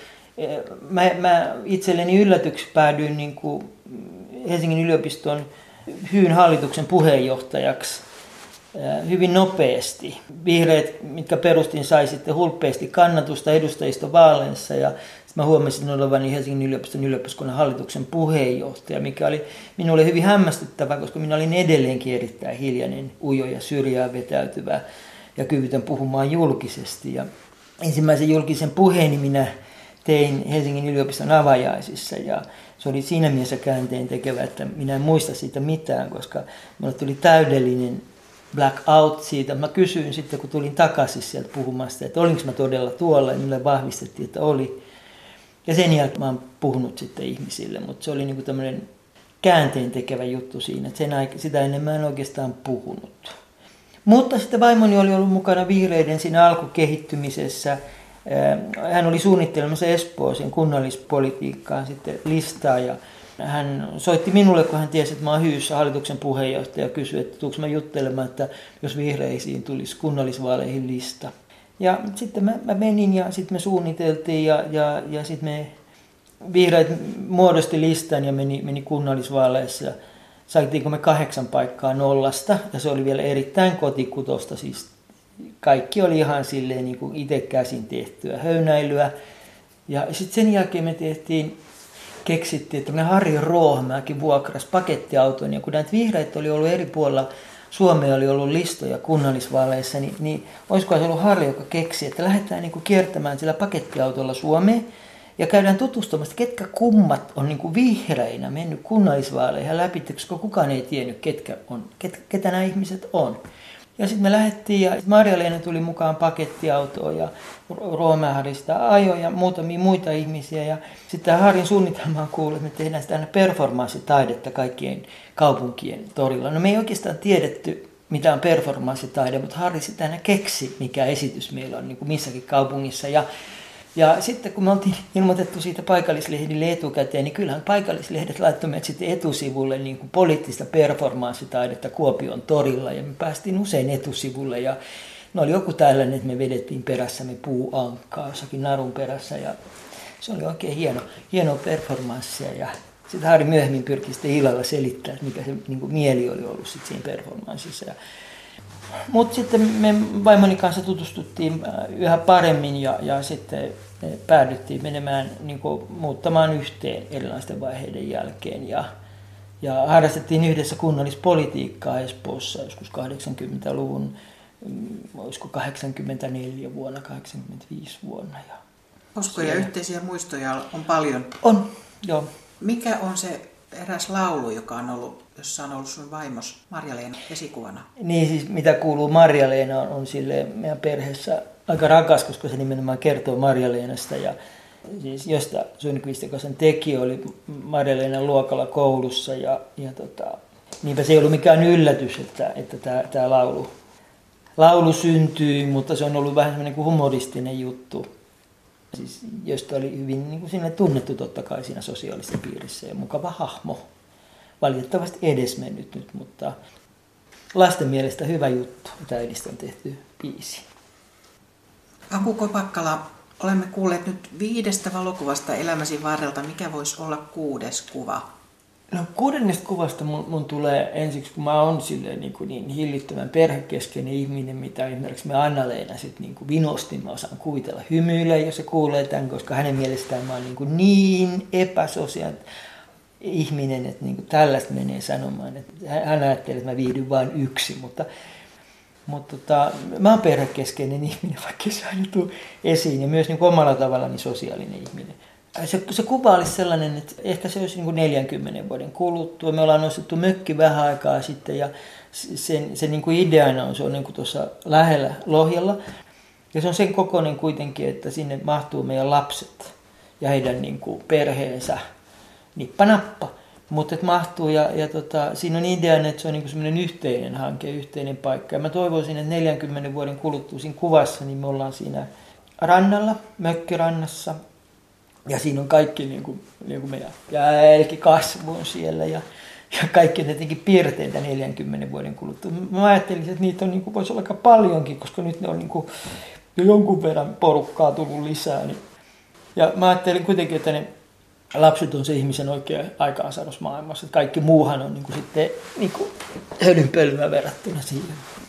Mä itselleni yllätyksi päädyin niin kuin Helsingin yliopiston Hyyn hallituksen puheenjohtajaksi hyvin nopeasti. Vihreät, mitkä perustin, sai sitten hulppeasti kannatusta edustajistovaaleissa ja mä huomasin olevani Helsingin yliopiston yliopiskunnan hallituksen puheenjohtaja, mikä oli minulle hyvin hämmästyttävää, koska minä olin edelleenkin erittäin hiljainen, ujo ja syrjään vetäytyvä ja kyvytön puhumaan julkisesti. Ja ensimmäisen julkisen puheeni minä tein Helsingin yliopiston avajaisissa ja se oli siinä mielessä käänteen tekevä, että minä en muista siitä mitään, koska minulle tuli täydellinen blackout siitä. Mä kysyin sitten, kun tulin takaisin sieltä puhumasta, että olinko mä todella tuolla ja minulle vahvistettiin, että oli. Ja sen jälkeen mä oon puhunut sitten ihmisille, mutta se oli niinku tämmöinen käänteen tekevä juttu siinä, että sitä ennen mä en oikeastaan puhunut. Mutta sitten vaimoni oli ollut mukana vihreiden siinä alkukehittymisessä. Hän oli suunnittelemassa Espooseen kunnallispolitiikkaan sitten listaa ja hän soitti minulle, kun hän tiesi, että mä oon Hyyssä hallituksen puheenjohtaja ja kysyi, että tuliko mä juttelemaan, että jos vihreisiin tulisi kunnallisvaaleihin lista. Ja sitten mä menin ja sitten me suunniteltiin ja sitten me vihreät muodosti listan ja meni kunnallisvaaleissa. Saitiinko me 8 paikkaa 0 ja se oli vielä erittäin kotikutosta, siis kaikki oli ihan silleen niin kuin itse käsin tehtyä höynäilyä. Ja sitten sen jälkeen me keksittiin, että Harri Ruohomäki vuokrasi pakettiauton, ja kun näitä vihreitä oli ollut eri puolilla, Suomea oli ollut listoja kunnallisvaaleissa, niin olisiko se ollut Harri, joka keksi, että lähdetään niin kuin kiertämään sillä pakettiautolla Suomeen, ja käydään tutustumassa, ketkä kummat on niin kuin vihreinä mennyt kunnallisvaaleihin läpi, koska kukaan ei tiennyt, ketä nämä ihmiset on. Ja sitten me lähdettiin ja Marja-Leena tuli mukaan pakettiautoon ja Ruohomäki sitä ajoi ja muutamia muita ihmisiä. Ja sitten Harrin suunnitelmaan kuului, että me tehdään sitä performanssitaidetta kaikkien kaupunkien torilla. No me ei oikeastaan tiedetty, mitä on performanssitaide, mutta Harri sitä aina keksi, mikä esitys meillä on niin kuin missäkin kaupungissa. Ja sitten kun me oltiin ilmoitettu siitä paikallislehdille etukäteen, niin kyllähän paikallislehdet laittoi meidät sitten etusivulle niin kuin poliittista performanssitaidetta Kuopion torilla. Ja me päästiin usein etusivulle ja no oli joku tällainen, että me vedettiin perässämme puuankkaa jossakin narun perässä. Ja se oli oikein hieno performanssia. Ja sitten Harri myöhemmin pyrki sitten illalla selittämään, mikä se niin kuin mieli oli ollut sitten siinä performanssissa. Mutta sitten me vaimoni kanssa tutustuttiin yhä paremmin ja sitten päädyttiin menemään, niin kuin, muuttamaan yhteen erilaisten vaiheiden jälkeen. Ja harrastettiin yhdessä kunnallispolitiikkaa Espoossa joskus 80-luvun, olisiko 84 vuonna, 85 vuonna. Uskoja ja yhteisiä muistoja on paljon. On, joo. Mikä on se eräs laulu, jossa on ollut sun vaimos Marja-Leena esikuvana? Niin siis mitä kuuluu Marja-Leena on sille meidän perheessä aika rakas, koska se nimenomaan kertoo Marja-Leenasta. Ja siis Gösta Sundqvist, joka sen teki, oli Marja-Leenan luokalla koulussa. Niinpä se ei ollut mikään yllätys, että tämä laulu syntyi, mutta se on ollut vähän semmoinen kuin humoristinen juttu. Siis Gösta oli hyvin niin kuin sinne tunnettu totta kai siinä sosiaalisessa piirissä ja mukava hahmo. Valitettavasti edesmennyt nyt, mutta lasten mielestä hyvä juttu, että äidistä on tehty biisi. Aku Kopakkala, olemme kuulleet nyt 5 valokuvasta elämäsi varrelta. Mikä voisi olla 6. kuva? No 6. kuvasta mun tulee ensiksi, kun mä oon silleen niin hillittömän perhekeskeinen ihminen, mitä esimerkiksi me Anna-Leena sitten niin vinostin. Mä osaan kuvitella hymyillä, jos se kuulee tämän, koska hänen mielestään mä oon niin epäsosiaalinen ihminen, että niin tällaista menee sanomaan. Että hän ajattelee, että mä viihdyn vain yksi, mutta mä oon perhekeskeinen ihminen, vaikka se aina tuu esiin, ja myös niin omalla tavallaan sosiaalinen ihminen. Se kuva olisi sellainen, että ehkä se olisi 40 vuoden kuluttua. Me ollaan nostettu mökki vähän aikaa sitten, ja sen niin kuin ideana on, se on niin kuin tuossa lähellä Lohjalla. Ja se on sen kokoinen kuitenkin, että sinne mahtuu meidän lapset ja heidän niin kuin perheensä nippanappa. Mutta mahtuu ja siinä on ideana, että se on niin kuin semmoinen yhteinen hanke, yhteinen paikka. Ja mä toivoisin, että 40 vuoden kuluttua siinä kuvassa, niin me ollaan siinä rannalla, mökkirannassa. Ja siinä on kaikki niin kuin meidän jälkikasvu on siellä ja kaikki on jotenkin piirteitä 40 vuoden kuluttua. Mä ajattelin, että niitä on, niin kuin, voisi olla aika paljonkin, koska nyt ne on niin kuin, jo jonkun verran porukkaa tullut lisää. Niin. Ja mä ajattelin kuitenkin, että ne lapset on se ihmisen oikea aikaansaannos maailmassa. Kaikki muuhan on niin kuin, sitten niin kuin hölynpölyä verrattuna siihen.